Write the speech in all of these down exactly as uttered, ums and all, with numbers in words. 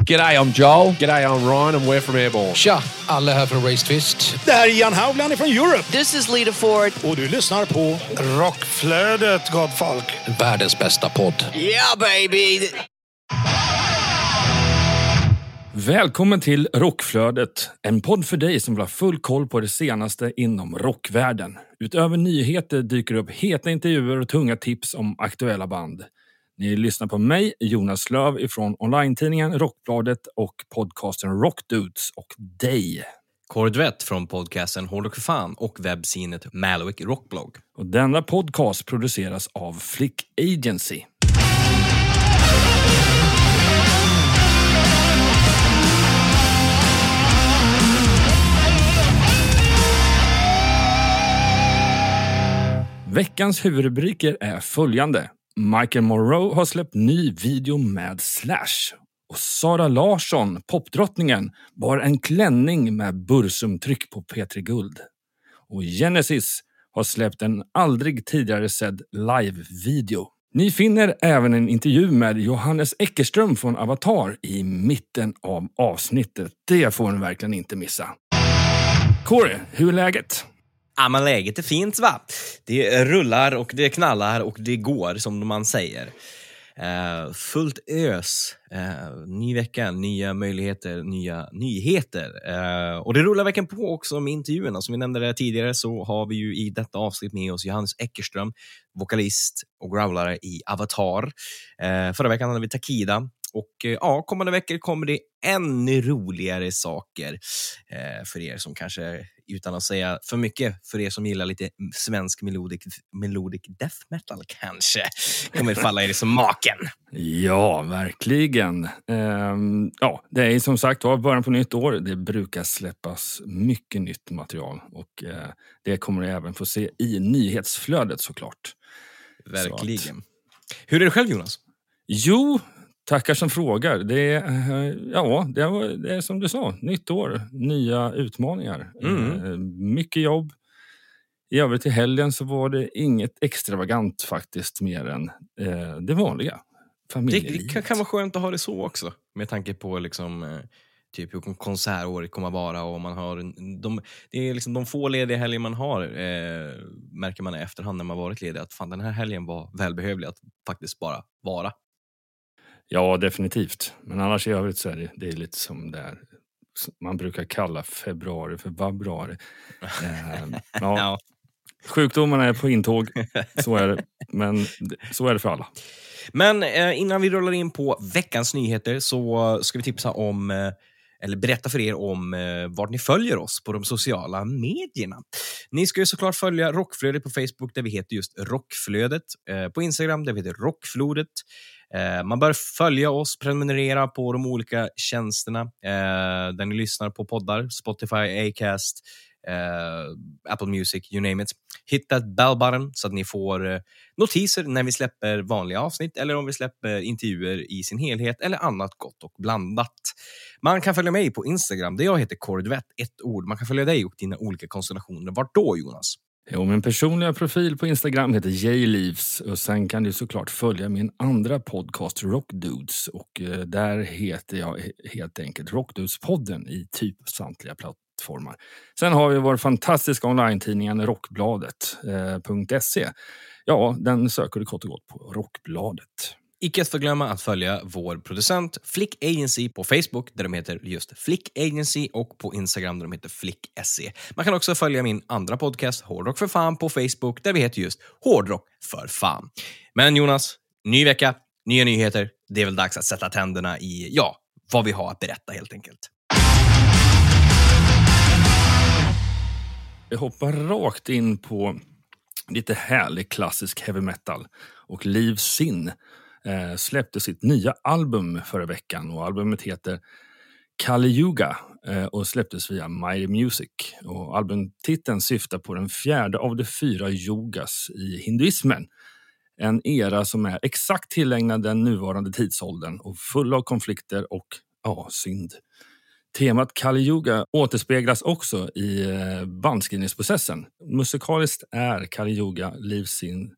G'day, I'm Joel. G'day, I'm Ryan and we're from Airborne. Tja, alla här från Race Twist. Det här är Jan Haugland från Europe. This is Lita Ford. Och du lyssnar på Rockflödet, gott folk. Världens bästa podd. Yeah, baby! Välkommen till Rockflödet, en podd för dig som vill ha full koll på det senaste inom rockvärlden. Utöver nyheter dyker upp heta intervjuer och tunga tips om aktuella band. Ni lyssnar på mig, Jonas Löv ifrån online-tidningen Rockbladet och podcasten Rockdudes och dig. Kordvett från podcasten Hårdrock för fan och webbsinet Malwick Rockblog. Och denna podcast produceras av Flick Agency. Veckans huvudrubriker är följande. Michael Monroe har släppt ny video med Slash. Och Sara Larsson, popdrottningen, bar en klänning med bursumtryck på P tre Guld. Och Genesis har släppt en aldrig tidigare sedd live-video. Ni finner även en intervju med Johannes Eckerström från Avatar i mitten av avsnittet. Det får ni verkligen inte missa. Corey, hur är läget? Ja, men läget är fint, va? Det rullar och det knallar och det går, som man säger. Uh, fullt ös. Uh, ny vecka, nya möjligheter, nya nyheter. Uh, och det rullar verkligen på också med intervjuerna. Som vi nämnde det tidigare så har vi ju i detta avsnitt med oss Johannes Eckerström, vokalist och growlare i Avatar. Uh, förra veckan hade vi Takida. Och ja, kommande veckor kommer det ännu roligare saker eh, för er som kanske, utan att säga för mycket, för er som gillar lite svensk melodic, melodic death metal kanske, kommer falla er i som maken. Ja, verkligen. Ehm, ja, det är som sagt var början på nytt år. Det brukar släppas mycket nytt material och eh, det kommer ni även få se i nyhetsflödet såklart. Verkligen. Så att... Hur är det själv, Jonas? Jo, tackar som frågar. Det är, ja, det är, det är som du sa, nytt år, nya utmaningar. Mm. Mycket jobb. I övrigt till helgen så var det inget extravagant faktiskt mer än eh, det vanliga. Det kan, kan vara skönt att ha det så också. Med tanke på liksom, typ hur konsertåret kommer att vara. Och man har, de, det är liksom de få lediga helger man har, eh, märker man i efterhand när man varit ledig. Att fan, den här helgen var välbehövlig att faktiskt bara vara. Ja, definitivt. Men annars i övrigt så är det, det är lite som det är. Man brukar kalla februari för vabruari. Eh, ja. Ja. Sjukdomarna är på intåg, så är det. Men så är det för alla. Men eh, innan vi rullar in på veckans nyheter så ska vi tipsa om, eh, eller berätta för er om eh, vart ni följer oss på de sociala medierna. Ni ska ju såklart följa Rockflödet på Facebook där vi heter just Rockflödet. Eh, på Instagram där vi heter Rockflodet. Eh, man bör följa oss, prenumerera på de olika tjänsterna eh, där ni lyssnar på poddar. Spotify, Acast, eh, Apple Music, you name it. Hitta ett bell button så att ni får eh, notiser när vi släpper vanliga avsnitt eller om vi släpper intervjuer i sin helhet eller annat gott och blandat. Man kan följa mig på Instagram där jag heter Kordvett, ett ord. Man kan följa dig och dina olika konstellationer. Vart då, Jonas? Jo, min personliga profil på Instagram heter J-Leaves och sen kan du såklart följa min andra podcast Rockdudes och eh, där heter jag helt enkelt Rockdudes-podden i typ samtliga plattformar. Sen har vi vår fantastiska online-tidningen rockbladet punkt se. Ja, den söker du kort och gott på Rockbladet. Icke att förglömma att följa vår producent Flick Agency på Facebook där de heter just Flick Agency och på Instagram där de heter Flick Se. Man kan också följa min andra podcast Hårdrock för fan på Facebook där vi heter just Hårdrock för fan. Men Jonas, ny vecka, nya nyheter. Det är väl dags att sätta tänderna i, ja, vad vi har att berätta helt enkelt. Vi hoppar rakt in på lite härlig klassisk heavy metal och Liv Sin eh, släppte sitt nya album förra veckan och albumet heter Kali Yuga eh, och släpptes via Mighty Music och albumtiteln syftar på den fjärde av de fyra yogas i hinduismen. En era som är exakt tillägnad den nuvarande tidsåldern och full av konflikter och ja, synd. Temat Kali Yuga återspeglas också i bandskrivningsprocessen. Musikaliskt är Kali Yuga Liv Sin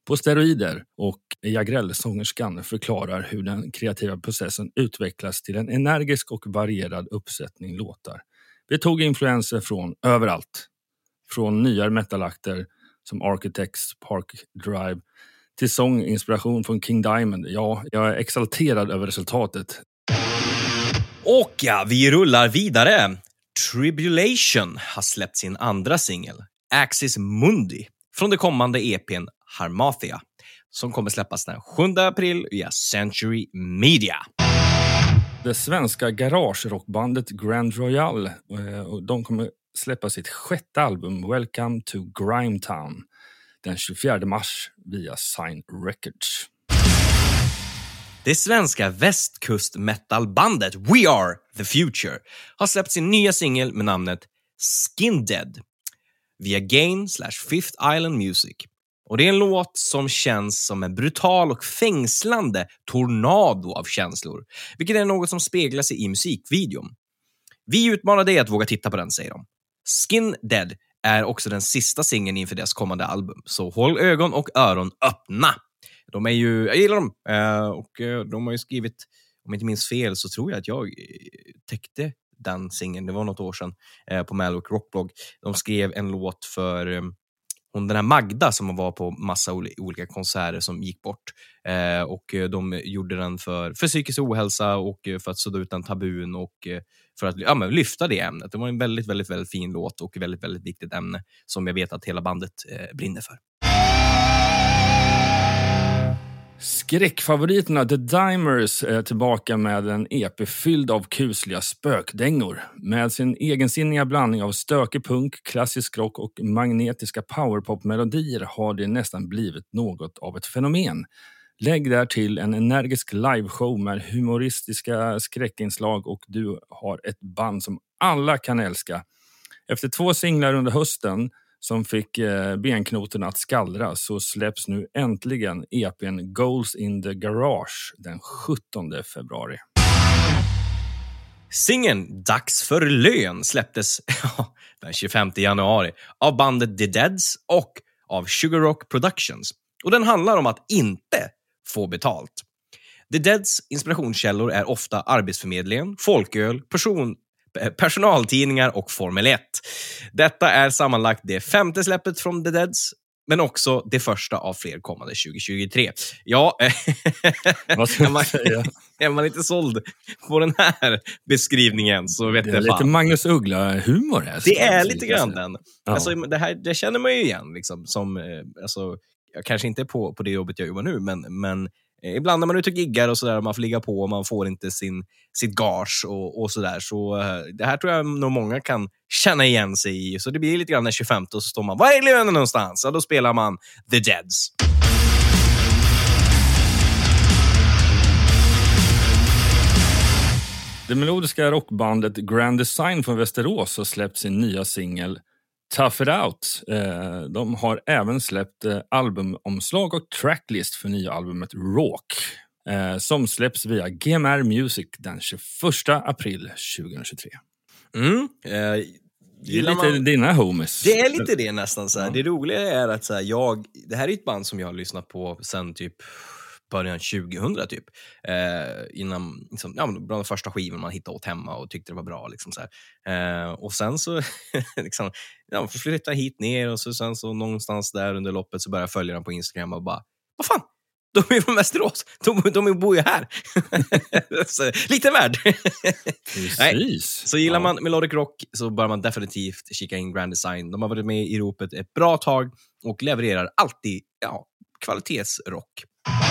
på steroider, och Jagrell-sångerskan förklarar hur den kreativa processen utvecklas till en energisk och varierad uppsättning låtar. Vi tog influenser från överallt. Från nyare metalakter som Architects, Park Drive till sånginspiration från King Diamond. Ja, jag är exalterad över resultatet. Och ja, vi rullar vidare. Tribulation har släppt sin andra singel, Axis Mundi, från det kommande E P:n Harmathia, som kommer släppas den sjunde april via Century Media. Det svenska garagerockbandet Grand Royal, och de kommer släppa sitt sjätte album Welcome to Grimetown den tjugofjärde mars via Sign Records. Det svenska västkust-metalbandet We Are The Future har släppt sin nya singel med namnet Skin Dead via Gain slash Fifth Island Music. Och det är en låt som känns som en brutal och fängslande tornado av känslor, vilket är något som speglar sig i musikvideon. Vi utmanar dig att våga titta på den, säger de. Skin Dead är också den sista singeln inför deras kommande album, så håll ögon och öron öppna. De är ju, jag gillar dem, uh, och uh, de har ju skrivit, om jag inte minns fel så tror jag att jag täckte den singeln, det var något år sedan, uh, på Malwick Rockblog. De skrev en låt för um, hon, den här Magda som var på massa oli- olika konserter som gick bort, uh, och uh, de gjorde den för, för psykisk ohälsa och uh, för att sudda ut den tabun och uh, för att ja, men, lyfta det ämnet. Det var en väldigt, väldigt, väldigt fin låt och väldigt, väldigt viktigt ämne som jag vet att hela bandet uh, brinner för. Skräckfavoriterna The Dimers är tillbaka med en E P fylld av kusliga spökdängor. Med sin egensinniga blandning av stökig punk, klassisk rock och magnetiska powerpop-melodier har det nästan blivit något av ett fenomen. Lägg där till en energisk liveshow med humoristiska skräckinslag och du har ett band som alla kan älska. Efter två singlar under hösten som fick eh, benknoten att skallra så släpps nu äntligen E P:n Goals in the Garage den sjuttonde februari. Singeln Dags för lön släpptes den tjugofemte januari av bandet The Deads och av Sugar Rock Productions. Och den handlar om att inte få betalt. The Deads inspirationskällor är ofta Arbetsförmedlingen, folköl, person personaltidningar och Formel ett. Detta är sammanlagt det femte släppet från The Deads, men också det första av fler kommande tjugo tjugotre. Ja, vad ska man säga? Är man inte såld på den här beskrivningen så vet det jag är lite fan. Magnus Uggla-humor här. Det är lite grann den. Ja. Alltså, det, här, det känner man ju igen. Liksom, som, alltså, kanske inte på, på det jobbet jag jobbar nu, men, men ibland när man är ute och giggar och sådär, man får ligga på och man får inte sin, sitt gage och, och sådär. Så det här tror jag nog många kan känna igen sig i. Så det blir lite grann den tjugofemte och så står man, var är lönen någonstans? Ja, då spelar man The Deads. Det melodiska rockbandet Grand Design från Västerås har släppt sin nya singel Tough It Out. De har även släppt albumomslag och tracklist för nya albumet Rock, som släpps via G M R Music den tjugoförsta april tjugohundratjugotre. Mm, eh, det är lite man... dina homies. Det är lite det nästan. Så här. Ja. Det roliga är att så här, jag, det här är ett band som jag har lyssnat på sen typ början tjugohundra typ. Eh, innan, liksom, ja, bland de första skivorna man hittade åt hemma och tyckte det var bra. Liksom, så här. Eh, och sen så liksom, ja, flytta hit ner och så, sen så någonstans där under loppet så började jag följa dem på Instagram och bara, vad fan? De är från Västerås. De, de bor ju här. Så, lite värd. Precis. Så gillar ja. man melodic rock så bör man definitivt kika in Grand Design. De har varit med i ropet ett bra tag och levererar alltid ja, kvalitetsrock.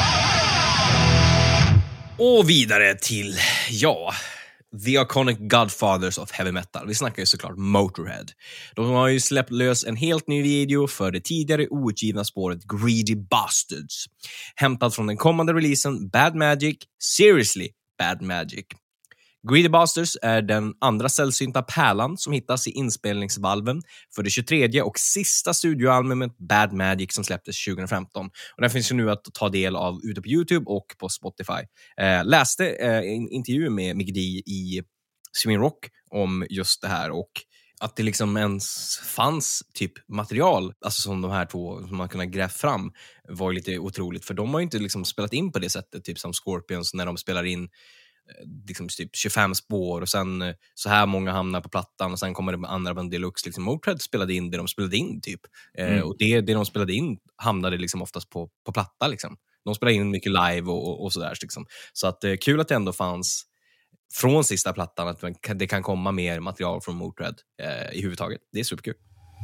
Och vidare till, ja, The Iconic Godfathers of Heavy Metal. Vi snackar ju såklart Motorhead. De har ju släppt lös en helt ny video för det tidigare outgivna spåret Greedy Bastards. Hämtad från den kommande releasen Bad Magic, Seriously Bad Magic. Greedy Bastards är den andra sällsynta pärlan som hittas i inspelningsvalven för det tjugotredje och sista studioalbumet Bad Magic som släpptes tjugohundrafemton. Och den finns ju nu att ta del av ute på YouTube och på Spotify. Eh, läste eh, en intervju med Mick D i Swing Rock om just det här och att det liksom ens fanns typ material, alltså som de här två som man kunde gräva fram, var ju lite otroligt. För de har ju inte liksom spelat in på det sättet, typ som Scorpions när de spelar in liksom typ tjugofem spår och sen så här många hamnar på plattan och sen kommer det med andra band deluxe. Liksom Motörhead spelade in det de spelade in typ. Mm. Eh, och det, det de spelade in hamnade liksom oftast på, på platta liksom. De spelade in mycket live och, och, och sådär liksom. Så att eh, kul att det ändå fanns från sista plattan att det kan komma mer material från Motörhead eh, i huvudtaget. Det är superkul.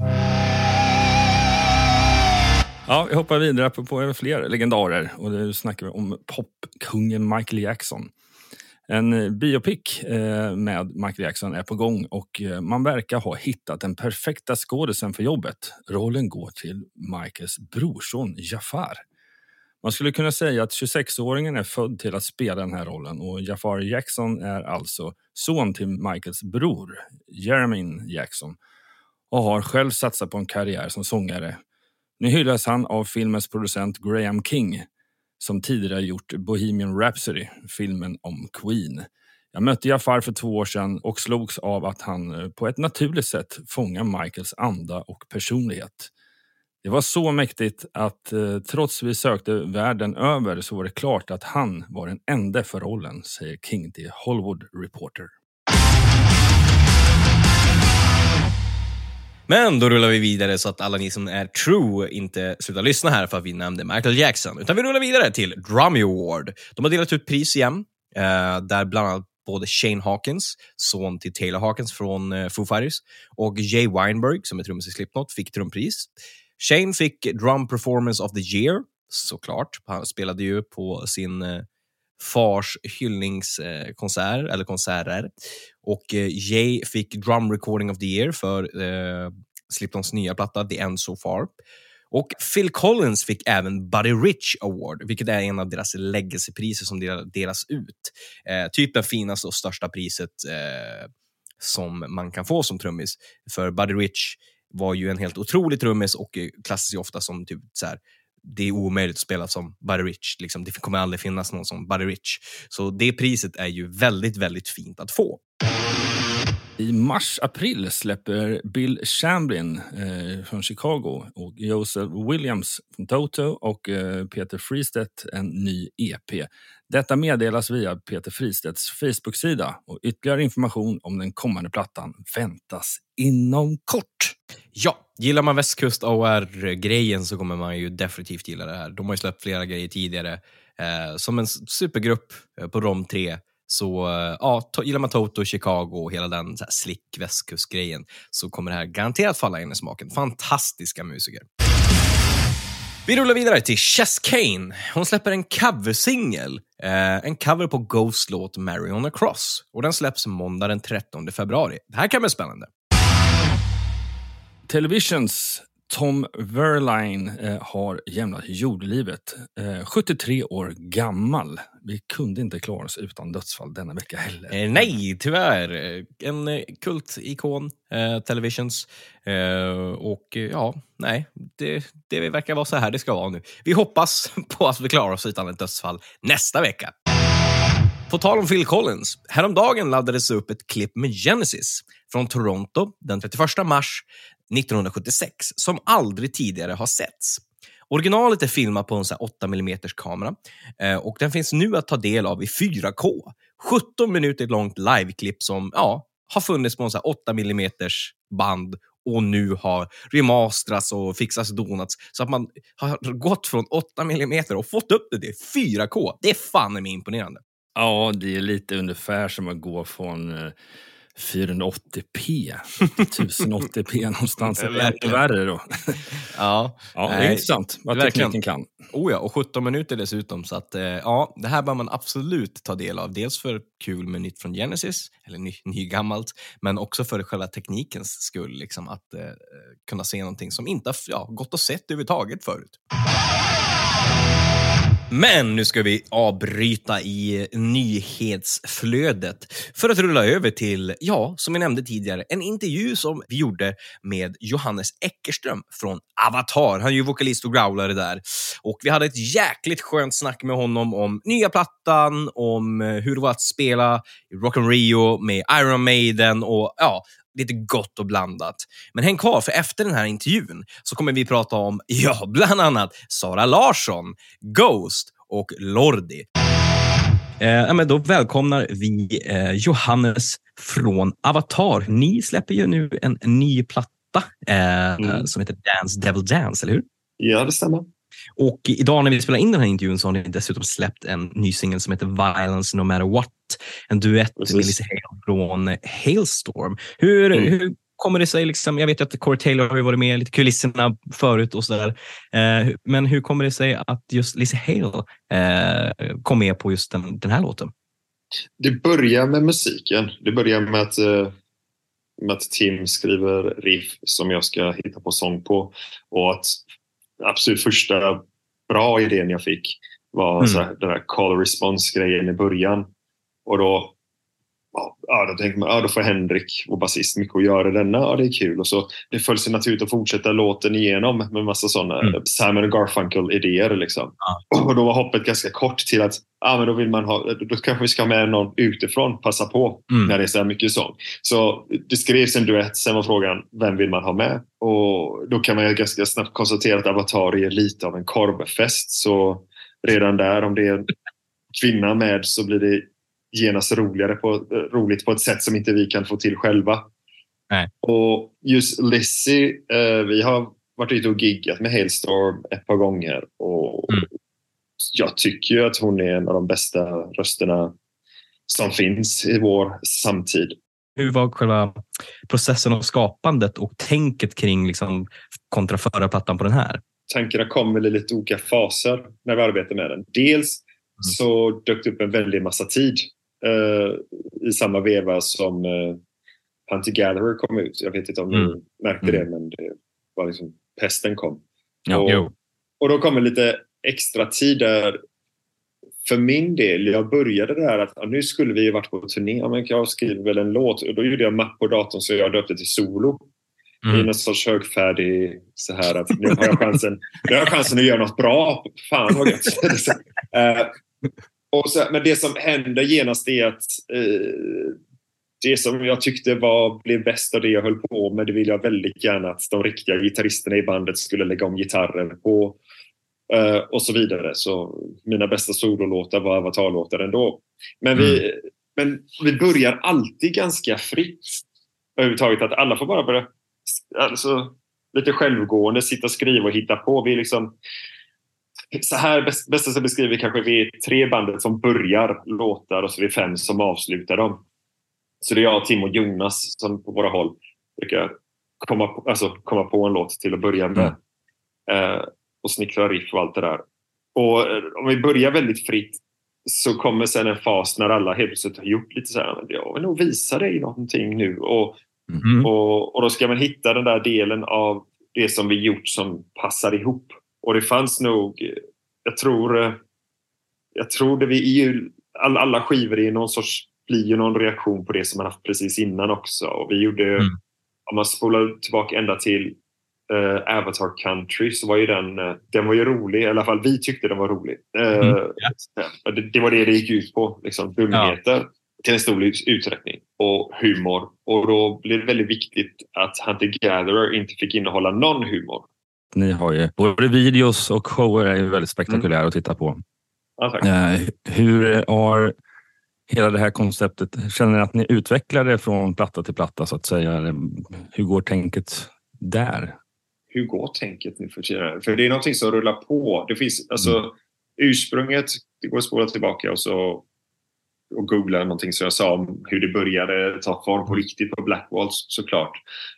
Ja, vi hoppar vidare på, på fler legendarer och nu snackar vi om popkungen Michael Jackson. En biopic eh, med Michael Jackson är på gång och eh, man verkar ha hittat den perfekta skådisen för jobbet. Rollen går till Michaels brorson Jafar. Man skulle kunna säga att tjugosexåringen är född till att spela den här rollen och Jafar Jackson är alltså son till Michaels bror, Jermaine Jackson, och har själv satsat på en karriär som sångare. Nu hyllas han av filmens producent Graham King, som tidigare gjort Bohemian Rhapsody, filmen om Queen. Jag mötte Jafar för två år sedan och slogs av att han på ett naturligt sätt fångar Michaels anda och personlighet. Det var så mäktigt att eh, trots vi sökte världen över så var det klart att han var den enda för rollen, säger King till Hollywood Reporter. Men då rullar vi vidare så att alla ni som är true inte slutar lyssna här för att vi nämnde Michael Jackson. Utan vi rullar vidare till Grammy Award. De har delat ut pris igen. Eh, där bland annat både Shane Hawkins, son till Taylor Hawkins från eh, Foo Fighters, och Jay Weinberg, som är trummis i Slipknot, fick trumpris. Shane fick Drum Performance of the Year, såklart. Han spelade ju på sin eh, fars hyllningskonsert, eh, eller konserter. Och eh, Jay fick Drum Recording of the Year för eh, Slipknots nya platta The End So Far. Och Phil Collins fick även Buddy Rich Award, vilket är en av deras legacypriser som delas ut. Eh, typ det finaste och största priset eh, som man kan få som trummis. För Buddy Rich var ju en helt otrolig trummis och klassas ju ofta som typ så här, det är omöjligt att spela som Buddy Rich. Liksom, det kommer aldrig finnas någon som Buddy Rich. Så det priset är ju väldigt, väldigt fint att få. I mars-april släpper Bill Chamblin eh, från Chicago och Joseph Williams från Toto och eh, Peter Fristedt en ny E P. Detta meddelas via Peter Fristedts Facebook-sida och ytterligare information om den kommande plattan väntas inom kort. Ja, gillar man västkust O R-grejen så kommer man ju definitivt gilla det här. De har ju släppt flera grejer tidigare eh, som en supergrupp eh, på de tre. Så ja, to- gillar man Toto, Chicago och hela den så här slick västkustgrejen så kommer det här garanterat falla in i smaken. Fantastiska musiker. Vi rullar vidare till Chess Kane. Hon släpper en coversingel. Eh, en cover på Ghost låt Mary on a Cross. Och den släpps måndag den trettonde februari. Det här kan bli spännande. Televisions Tom Verlaine eh, har jämnat jordlivet. Eh, sjuttiotre år gammal. Vi kunde inte klara oss utan dödsfall denna vecka heller. Eh, nej, tyvärr. En eh, kultikon, eh, Televisions. Eh, och eh, ja, nej. Det, det verkar vara så här det ska vara nu. Vi hoppas på att vi klarar oss utan ett dödsfall nästa vecka. På tal om Phil Collins. Häromdagen laddades upp ett klipp med Genesis från Toronto den trettioförsta mars nittonhundrasjuttiosex som aldrig tidigare har setts. Originalet är filmat på en så här åtta millimeter kamera eh, och den finns nu att ta del av i fyra K. sjutton minuter långt liveklipp som ja, har funnits på en så här åtta millimeter band och nu har remasterats och fixats och donats så att man har gått från åtta millimeter och fått upp det till fyra K. Det är fan är mig imponerande. Ja, det är lite ungefär som att gå från eh, fyrahundraåttio p tusen åttio p någonstans. Det är värre då. Ja, ja det är nej, intressant vad tekniken kan. Oh ja, och sjutton minuter dessutom. Så att, eh, ja, det här bör man absolut ta del av. Dels för kul med nytt från Genesis, eller ny, ny gammalt, men också för själva teknikens skull. Liksom, att eh, kunna se någonting som inte har ja, gått och sett överhuvudtaget förut. Men nu ska vi avbryta i nyhetsflödet för att rulla över till, ja, som jag nämnde tidigare, en intervju som vi gjorde med Johannes Eckerström från Avatar. Han är ju vokalist och growlare där. Och vi hade ett jäkligt skönt snack med honom om nya plattan, om hur det var att spela i Rock in Rio med Iron Maiden och ja, lite gott och blandat. Men häng kvar, för efter den här intervjun så kommer vi prata om, ja, bland annat Sara Larsson, Ghost och Lordi. Eh, men då välkomnar vi eh, Johannes från Avatar. Ni släpper ju nu en, en ny platta eh, mm. som heter Dance Devil Dance, eller hur? Ja, det stämmer. Och idag när vi spelar in den här intervjun så har ni dessutom släppt en ny singel som heter Violence No Matter What. En duett Precis. med Lizzie Hale från Hailstorm. Hur, mm. hur kommer det sig, liksom, jag vet att Corey Taylor har ju varit med i lite kulisserna förut och sådär. Eh, men hur kommer det sig att just Lizzie Hale eh, kom med på just den, den här låten? Det börjar med musiken. Det börjar med att, eh, med att Tim skriver riff som jag ska hitta på sång på. Och att absolut första bra idén jag fick var mm. så här, den här call response-grejen i början. Och då, ja, då tänkte man, ja, då får Henrik, vår basist, mycket att göra denna. Ja, det är kul. Och så det föll sig naturligt att fortsätta låten igenom med massa sådana mm. Simon och Garfunkel-idéer. Liksom. Ja. Och då var hoppet ganska kort till att ja, men då vill man ha, då kanske vi ska ha med någon utifrån, passa på mm. när det är så här mycket sång. Så det skrevs en duett, sen var frågan, vem vill man ha med? Och då kan man ju ganska snabbt konstatera att Avatar är lite av en korvfest. Så redan där, om det är en kvinna med, så blir det genast roligare på, roligt på ett sätt som inte vi kan få till själva. Nej. Och just Lizzie, eh, vi har varit ute och giggat med Hailstorm ett par gånger och mm. jag tycker ju att hon är en av de bästa rösterna som finns i vår samtid. Hur var själva processen av skapandet och tänket kring liksom, kontra förra plattan på den här? Tankarna kom väl i lite olika faser när vi arbetade med den. Dels mm. så dök det upp en väldigt massa tid uh, i samma veva som uh, Hunter Gatherer kom ut. Jag vet inte om mm. ni märkte mm. det, men det var liksom pesten kom. Ja, och, jo. och då kom det lite extra tid där för min del. Jag började där att ja, nu skulle vi ju varit på turné. Ja, men jag skriver väl en låt. Och då gjorde jag mapp på datorn så jag döpte till solo. Mm. I någon sorts högfärdig så här att nu har jag chansen, nu har jag chansen att göra något bra. Fan vad gött. uh, och så, men det som hände genast är att uh, det som jag tyckte var, blev bäst av det jag höll på med, det vill jag väldigt gärna att de riktiga gitarristerna i bandet skulle lägga om gitarrer på. Uh, och så vidare. Så mina bästa sololåtar var Avatar-låtar ändå. Men, mm. vi, men vi börjar alltid ganska fritt. Överhuvudtaget att alla får bara börja alltså, lite självgående, sitta och skriva och hitta på. Vi liksom, så här bäst, bästa som beskriver kanske vi är tre bandet som börjar låtar och så är vi fem som avslutar dem. Så det är jag, Tim och Jonas som på våra håll brukar komma på, alltså, komma på en låt till att börja med. Mm. Uh, och snickra riff och allt det där. Och om vi börjar väldigt fritt så kommer sen en fas när alla helt plötsligt har gjort lite så här, men jag vill nog visa dig någonting nu. Och, mm. och, och då ska man hitta den där delen av det som vi gjort som passar ihop. Och det fanns nog, jag tror, jag tror det vi är alla, alla skivor är någon sorts, blir ju någon reaktion på det som man haft precis innan också. Och vi gjorde, mm. om man spolar tillbaka ända till Uh, Avatar Country, så var ju den uh, den var ju rolig, i alla fall vi tyckte den var rolig. Uh, mm, yeah. det, det var det det gick ut på, liksom dumheter ja. till en stor utsträckning och humor. Och då blev det väldigt viktigt att Hunter Gatherer inte fick innehålla någon humor. Ni har ju både videos och shower är ju väldigt spektakulära mm. att titta på. Ja, uh, hur har hela det här konceptet, känner ni att ni utvecklar det från platta till platta så att säga? Hur går tänket där? Hur går tänket nu för tiden? För det är någonting som rullar på. Det finns, alltså, mm. ursprunget, det går att spola tillbaka och, så, och googla någonting som jag sa om hur det började ta form på riktigt på Black Waltz, såklart.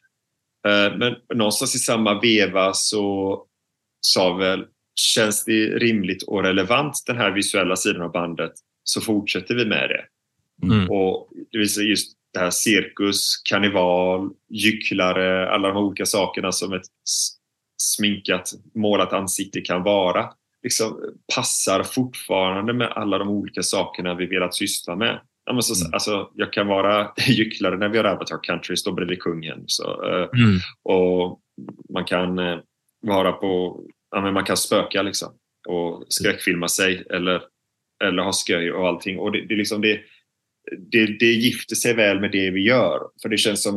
Uh, men någonstans i samma veva så sa väl, känns det rimligt och relevant den här visuella sidan av bandet, så fortsätter vi med det. Mm. Och det vill säga just det här cirkus, karneval, gycklare, alla de olika sakerna som ett sminkat, målat ansikte kan vara, liksom passar fortfarande med alla de olika sakerna vi velat syssla med. Alltså, mm. alltså, jag kan vara gycklare när vi har Avatar Country, står bredvid kungen. Så, mm. Och man kan eh, vara på, ja, men man kan spöka liksom, och skräckfilma sig eller, eller ha sköj och allting. Och det, det, liksom, det, det, det gifter sig väl med det vi gör. För det känns som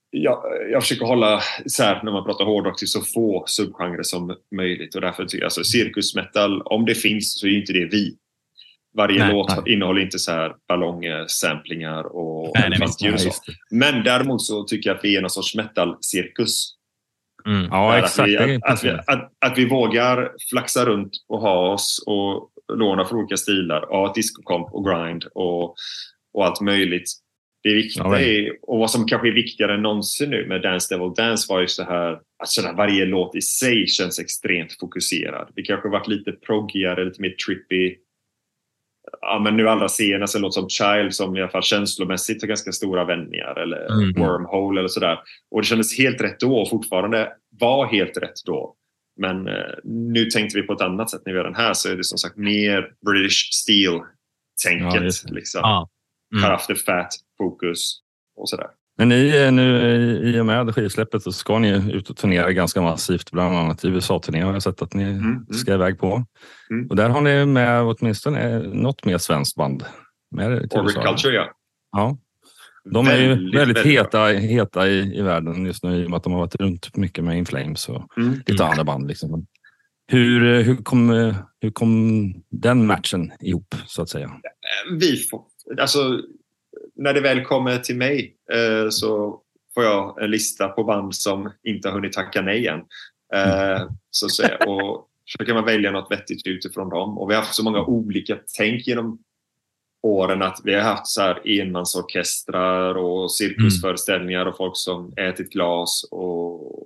jag, jag försöker hålla isär när man pratar hårdrock till så få subgenrer som möjligt. Och därför tycker jag, alltså cirkusmetal, om det finns så är inte det vi. Varje nej, låt nej. innehåller inte så här ballonger, samplingar och nej, elefantljud och så. Men däremot så tycker jag att vi är någon sorts metal-cirkus. Mm. Ja, Att exakt. vi, Det är att, att, vi, att, att vi vågar flaxa runt och ha oss och låna för olika stilar. Ja, discokomp och grind och, och allt möjligt. Det viktiga Ja, är, och vad som kanske är viktigare än någonsin nu med Dance Devil Dance var ju så här att sådär, varje låt i sig känns extremt fokuserad. Det kanske varit lite proggigare, lite mer trippy. Ja, men nu allra senast en låt som Child som i alla fall känslomässigt har ganska stora vändningar eller Mm. Wormhole eller sådär. Och det kändes helt rätt då och fortfarande var helt rätt då. Men eh, nu tänkte vi på ett annat sätt när vi gör den här, så är det som sagt mer British Steel-tänket. Ja, just det. liksom. Ja. Mm. Cut after fat, fokus och sådär. Men ni nu i och med skivsläppet så ska ni ut och turnera ganska massivt, bland annat i U S A-turné har jag sett att ni mm. ska iväg på. Mm. Och där har ni med åtminstone något mer svenskt band. Med Orbit Culture, ja. Ja. De är ju väldigt, väldigt, väldigt heta, heta i, i världen just nu i och med att de har varit runt mycket med In Flames och mm. lite andra band. Liksom. Hur, hur, kom, hur kom den matchen ihop, så att säga? Vi får, alltså, när det väl kommer till mig eh, så får jag en lista på band som inte har hunnit tacka nej än. Eh, så att säga. Och så kan man välja något vettigt utifrån dem. Och vi har haft så många olika tänk genom åren att vi har haft så här enmansorkestrar och cirkusföreställningar och folk som ätit glas och,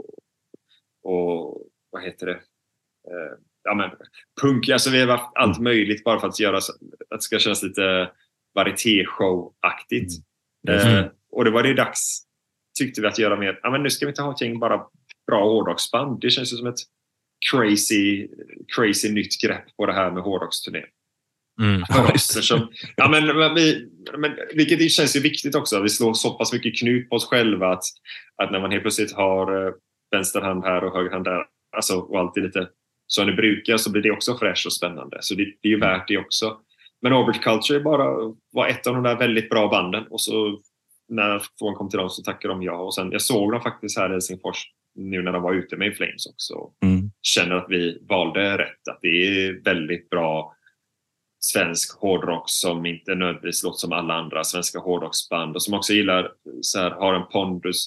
och vad heter det? Eh, ja, men punk. Alltså vi har haft allt möjligt bara för att göra så, att det ska kännas lite varieté-show-aktigt. Mm. Eh, och det var det dags, tyckte vi, att göra mer. Ja, men nu ska vi inte ha ett gäng bara bra hårdrocksband. Det känns ju som ett crazy, crazy nytt grepp på det här med hårdrocksturné. Mm. För oss, som, ja, men, men, vi, men, vilket det känns ju viktigt också. Vi slår så pass mycket knut på oss själva att, att när man helt plötsligt har uh, vänster hand här och höger hand där, alltså, och alltid lite som det brukar, så blir det också fräscht och spännande. Så det, det är ju värt det också. Men Orbit Culture bara var ett av de där väldigt bra banden. Och så när frågan kom till dem så tackade de ja. Och sen, jag såg dem faktiskt här i Helsingfors nu när de var ute med Flames också. Mm. Känner att vi valde rätt. Att det är väldigt bra svensk hårdrock som inte nödvändigtvis låter som alla andra svenska hårdrocksband. Och som också gillar, så här, har en pondus.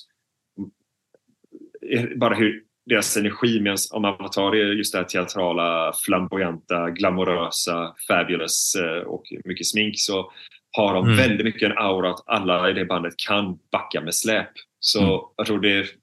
Bara hur deras energi, med, om man tar just det här teatrala, flamboyanta, glamorösa, fabulous och mycket smink, så har de mm. väldigt mycket en aura att alla i det bandet kan backa med släp. Så mm. jag tror det är,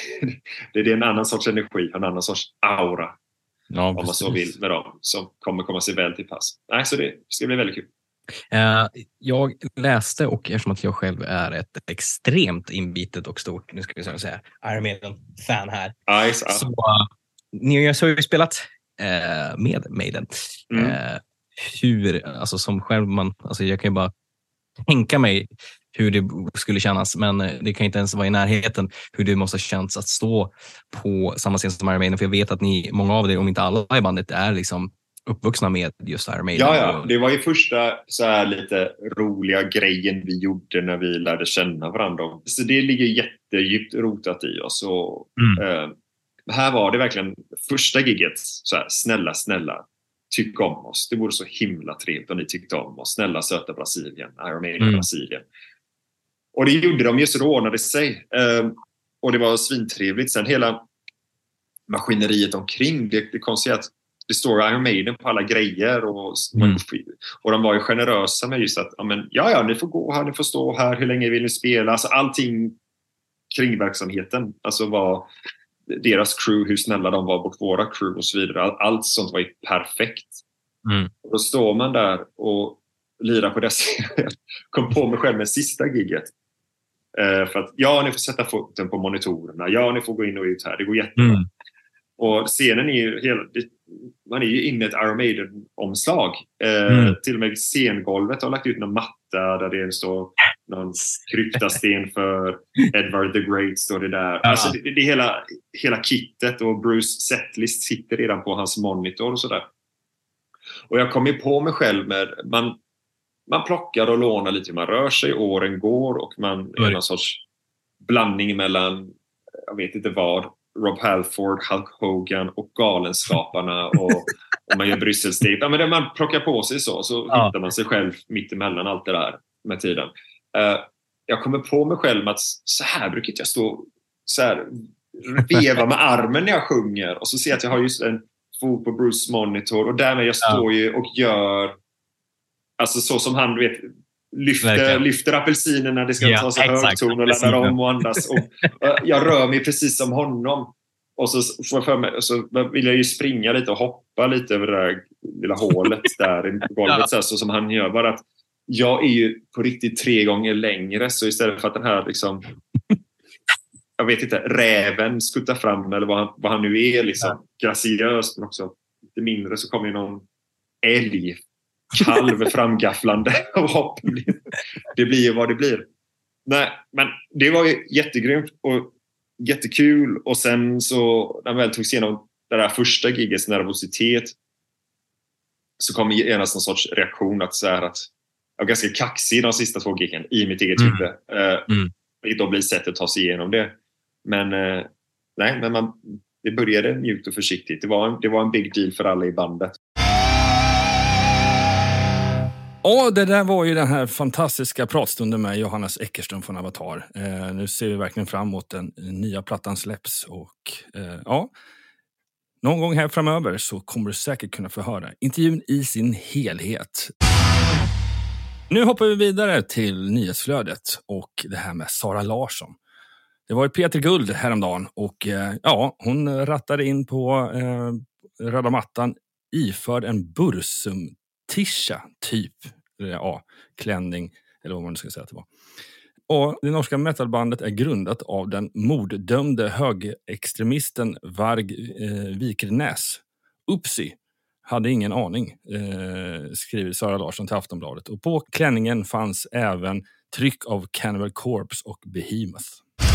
det är en annan sorts energi, en annan sorts aura, ja, om man så vill, med dem, som kommer komma sig väl till pass. Nej, så det ska bli väldigt kul. Uh, jag läste, och eftersom att jag själv är ett extremt inbitet och stort, nu ska vi säga, Iron Maiden-fan här. Nice, uh. Så uh, ni har ju spelat uh, med Maiden. Mm. Uh, hur, alltså som själv man, alltså jag kan ju bara tänka mig hur det skulle kännas, men det kan inte ens vara i närheten hur det måste kännas att stå på samma scen som Iron Maiden, för jag vet att ni, många av er, om inte alla i bandet, är liksom uppvuxna med just Iron Maiden. Ja, ja. Det var ju första så här lite roliga grejen vi gjorde när vi lärde känna varandra. Så det ligger jättedjupt rotat i oss. Och, mm. eh, här var det verkligen första gigget. Så här, snälla, snälla, tyck om oss. Det vore så himla trevligt om ni tyckte om oss. Snälla, söta Brasilien. Iron Maiden mm. Brasilien. Och det gjorde de ju, så det ordnade sig. Eh, och det var svintrevligt. Sen hela maskineriet omkring det, det konstiga att det står Iron Maiden på alla grejer och, mm. och de var ju generösa med just att ja, men, ja, ja, ni får gå här, ni får stå här, hur länge vill ni spela? Alltså allting kring verksamheten, alltså var deras crew, hur snälla de var mot våra crew och så vidare. All, allt sånt var ju perfekt. Mm. Och då står man där och lirar på dessa. Kom på mig själv med sista gigget. Uh, för att ja, ni får sätta foten på monitorerna. Ja, ni får gå in och ut här. Det går jättebra. Mm. Och scenen är ju hela, man är ju inne i ett Iron Maiden-omslag. Eh, mm. Till och med scengolvet har lagt ut någon matta där det står någon kryptasten för Edward the Great, står det där. Ja. Alltså det, det är hela, hela kittet, och Bruce setlist sitter redan på hans monitor och sådär. Och jag kom ju på mig själv med, man, man plockar och lånar lite, man rör sig, åren går och man är någon sorts blandning mellan, jag vet inte vad, Rob Halford, Hulk Hogan och Galenskaparna och, och man gör Brysselsteg. Ja, men det man plockar på sig så, så ja. hittar man sig själv mitt emellan allt det där med tiden. Uh, jag kommer på mig själv med att så här brukar jag stå så här, veva med armen när jag sjunger och så ser jag att jag har just en fot på Bruce monitor och därmed jag står ju och gör alltså så som han vet lyfter, lyfter apelsinen när det ska yeah, ta sig högton och laddar om och andas och uh, jag rör mig precis som honom och så, får jag för mig, så vill jag ju springa lite och hoppa lite över det där lilla hålet där i golvet ja. så, här, så som han gör, bara att jag är ju på riktigt tre gånger längre så istället för att den här liksom jag vet inte, räven skuttar fram eller vad han, vad han nu är liksom, ja. graciös men också lite mindre så kommer ju någon älg kalv framgafflande och hopp. Det blir ju vad det blir. Nej, men det var ju jättegrymt och jättekul och sen så när man väl tog sig igenom det där första giggets nervositet så kom genast någon sorts reaktion att så här att jag var ganska kaxig de sista två giggen i mitt eget huvud. Mm. Uh, mm. Då blir sättet att ta sig igenom det. Men uh, nej, men man, det började mjukt och försiktigt. Det var en, det var en big deal för alla i bandet. Ja, det där var ju den här fantastiska pratstunden med Johannes Eckerström från Avatar. Eh, nu ser vi verkligen fram emot den nya plattan släpps och eh, ja, någon gång här framöver så kommer du säkert kunna få höra intervjun i sin helhet. Nu hoppar vi vidare till nyhetsflödet och det här med Sara Larsson. Det var ju Peter Guld häromdagen och eh, ja, hon rattade in på eh, röda mattan iförd en bursum tisha typ, ja, klänning eller vad man ska säga att det var. Och det norska metalbandet är grundat av den morddömde högerextremisten Varg eh, Vikernes. Upsi hade ingen aning, eh, skriver Sara Larsson till Aftonbladet. Och på klänningen fanns även tryck av Cannibal Corpse och Behemoth.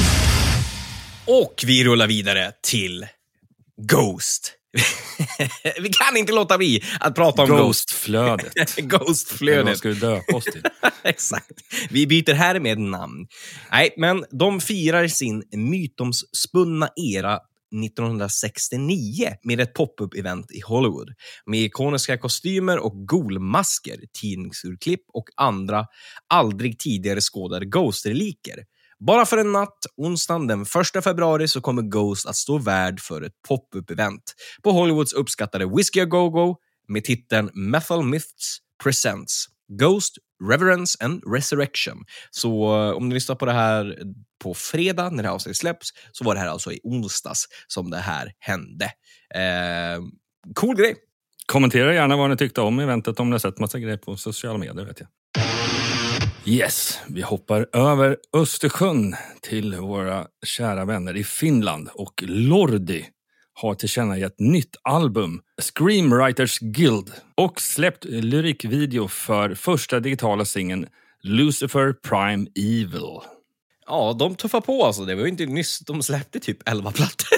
Och vi rullar vidare till Ghost. Vi kan inte låta bli att prata om Ghostflödet. Ghostflödet. Vad ska vi döpa oss till? Exakt. Vi byter här med namn. Nej, men de firar sin mytomspunna era nittonhundrasextionio med ett pop-up-event i Hollywood med ikoniska kostymer och golmasker, tidningsurklipp och andra aldrig tidigare skådade Ghost-reliker. Bara för en natt, onsdagen den första februari, så kommer Ghost att stå värd för ett pop-up-event på Hollywoods uppskattade Whiskey A Go-Go med titeln Metal Myths Presents Ghost, Reverence and Resurrection. Så om ni lyssnar på det här på fredag när det här avsnittet släpps så var det här alltså i onsdags som det här hände. Eh, cool grej. Kommentera gärna vad ni tyckte om eventet om ni har sett massa grejer på sociala medier, vet jag. Yes, vi hoppar över Östersjön till våra kära vänner i Finland och Lordi har tillkännagett nytt album Screamwriters Guild och släppt lyrikvideo för första digitala singeln Lucifer Prime Evil. Ja, de tuffar på alltså. Det var ju inte nyss de släppte typ elva plattor.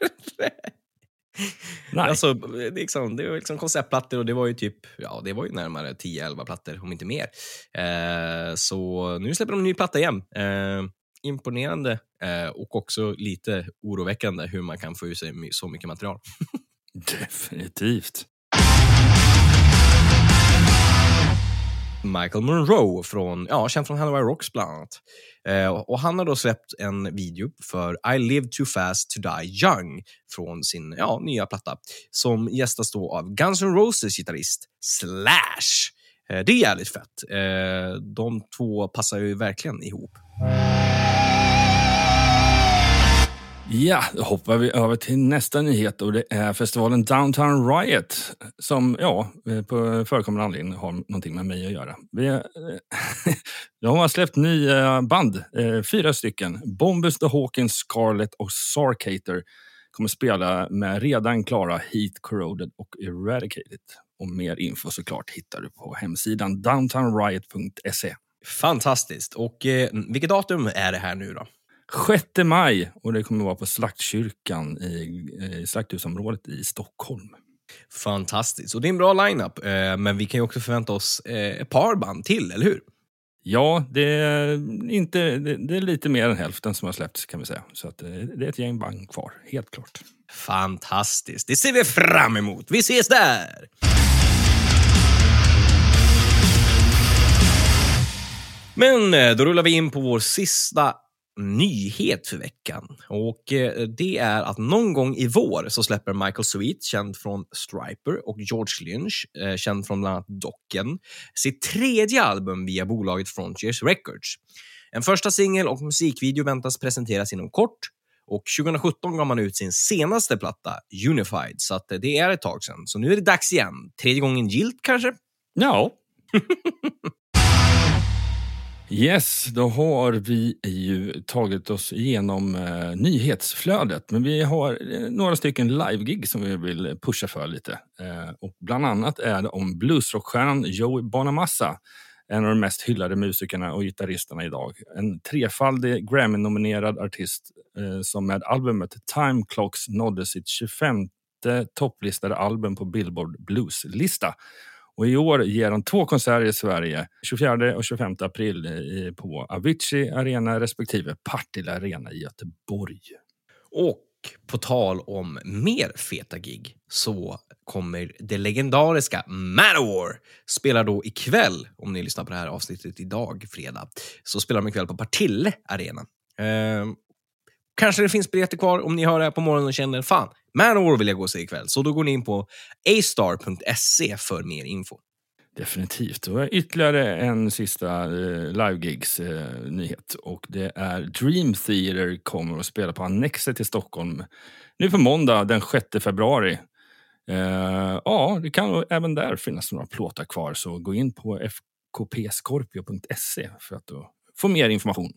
Nej. Alltså, liksom, det var liksom konceptplattor och det var ju typ, ja, det var ju närmare tio elva plattor om inte mer. Eh, så nu släpper de en ny platta igen. Eh, imponerande eh, och också lite oroväckande hur man kan få ur sig så mycket material. Definitivt. Michael Monroe från, ja, känd från Halloween Rocks bland annat. Eh, och han har då släppt en video för I Live Too Fast To Die Young från sin, ja, nya platta som gästas då av Guns N' Roses gitarrist Slash. Eh, det är jävligt fett. Eh, de två passar ju verkligen ihop. Ja, då hoppar vi över till nästa nyhet och det är festivalen Downtown Riot som, ja, på förekommande anledning har någonting med mig att göra. Vi, de har släppt nya band, fyra stycken. Bombus, The Hawkins, Scarlet och Sarkator kommer spela med redan klara Heat, Corroded och Eradicated. Och mer info såklart hittar du på hemsidan downtown riot punkt se. Fantastiskt. Och eh, vilket datum är det här nu då? sjätte maj och det kommer vara på Slaktkyrkan i, i Slakthusområdet i Stockholm. Fantastiskt. Och det är en bra lineup, eh, men vi kan ju också förvänta oss eh, ett par band till, eller hur? Ja, det är, inte, det, det är lite mer än hälften som har släppts kan vi säga. Så att det, det är ett gäng band kvar, helt klart. Fantastiskt, det ser vi fram emot. Vi ses där! Men då rullar vi in på vår sista nyhet för veckan. Och det är att någon gång i vår så släpper Michael Sweet, känd från Stryper, och George Lynch, känd från bland annat Dokken, sitt tredje album via bolaget Frontiers Records. En första singel och musikvideo väntas presenteras inom kort. Och tjugo sjutton gav man ut sin senaste platta, Unified, så att det är ett tag sedan. Så nu är det dags igen. Tredje gången gilt kanske? Ja. Yes, då har vi ju tagit oss igenom eh, nyhetsflödet. Men vi har eh, några stycken live-gig som vi vill pusha för lite. Eh, och bland annat är det om bluesrockstjärnan Joey Bonamassa. En av de mest hyllade musikerna och gitarristerna idag. En trefaldig Grammy-nominerad artist eh, som med albumet Time Clocks nådde sitt tjugofemte topplistade album på Billboard Blues-lista. Och i år ger han två konserter i Sverige, tjugofjärde och tjugofemte april i, på Avicii Arena respektive Partille Arena i Göteborg. Och på tal om mer feta gig så kommer det legendariska Manowar spelar då ikväll, om ni lyssnar på det här avsnittet idag, fredag, så spelar de ikväll på Partille Arena. Eh, kanske det finns biljetter kvar om ni hör det här på morgonen och känner fan, Manowar vill jag gå och se ikväll. Så då går ni in på a star punkt se för mer info. Definitivt. Och ytterligare en sista eh, live-gigs eh, nyhet. Och det är Dream Theater kommer att spela på Annexet i Stockholm nu på måndag den sjätte februari. Eh, ja, det kan även där finnas några plåtar kvar. Så gå in på f k p scorpio punkt se för att då få mer information.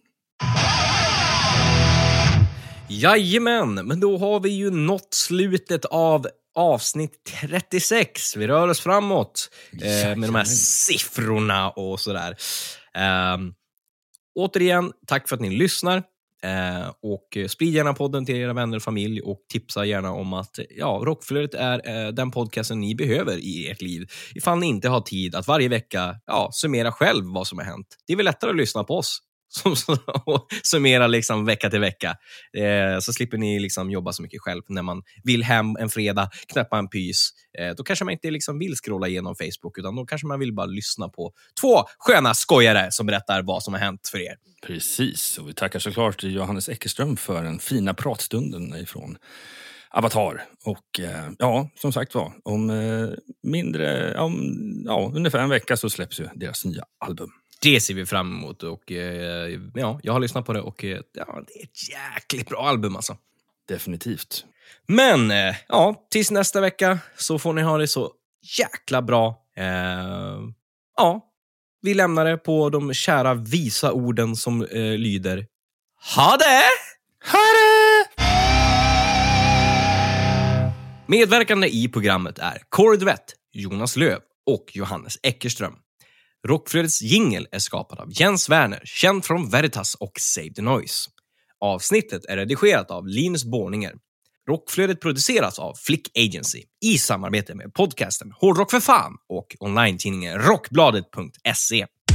Jajamän, men då har vi ju nått slutet av avsnitt trettiosex. Vi rör oss framåt eh, med de här siffrorna och sådär. Eh, återigen, tack för att ni lyssnar. Eh, och sprid gärna podden till era vänner och familj och tipsa gärna om att ja, Rockflödet är eh, den podcasten ni behöver i ert liv. Ifall ni inte har tid att varje vecka ja, summera själv vad som har hänt. Det är väl lättare att lyssna på oss. Som, och summera liksom vecka till vecka. Eh, så slipper ni liksom jobba så mycket själv när man vill hem en fredag, knäppa en pys. Eh, då kanske man inte liksom vill scrolla igenom Facebook, utan då kanske man vill bara lyssna på två sköna skojare som berättar vad som har hänt för er. Precis, och vi tackar såklart Johannes Eckerström för den fina pratstunden ifrån Avatar. Och eh, ja, som sagt var, om eh, mindre, om, ja, ungefär en vecka så släpps ju deras nya album. Det ser vi fram emot och eh, ja, jag har lyssnat på det och eh, ja, det är ett jäkligt bra album alltså. Definitivt. Men eh, ja, tills nästa vecka så får ni ha det så jäkla bra. Eh, ja, vi lämnar det på de kära visa orden som eh, lyder ha det! Ha det! Medverkande i programmet är Kåre Duvett, Jonas Löv och Johannes Eckerström. Rockflödets jingle är skapad av Jens Werner, känd från Veritas och Save the Noise. Avsnittet är redigerat av Linus Borninger. Rockflödet produceras av Flick Agency i samarbete med podcasten Hårdrock för fan och online-tidningen rockbladet punkt se.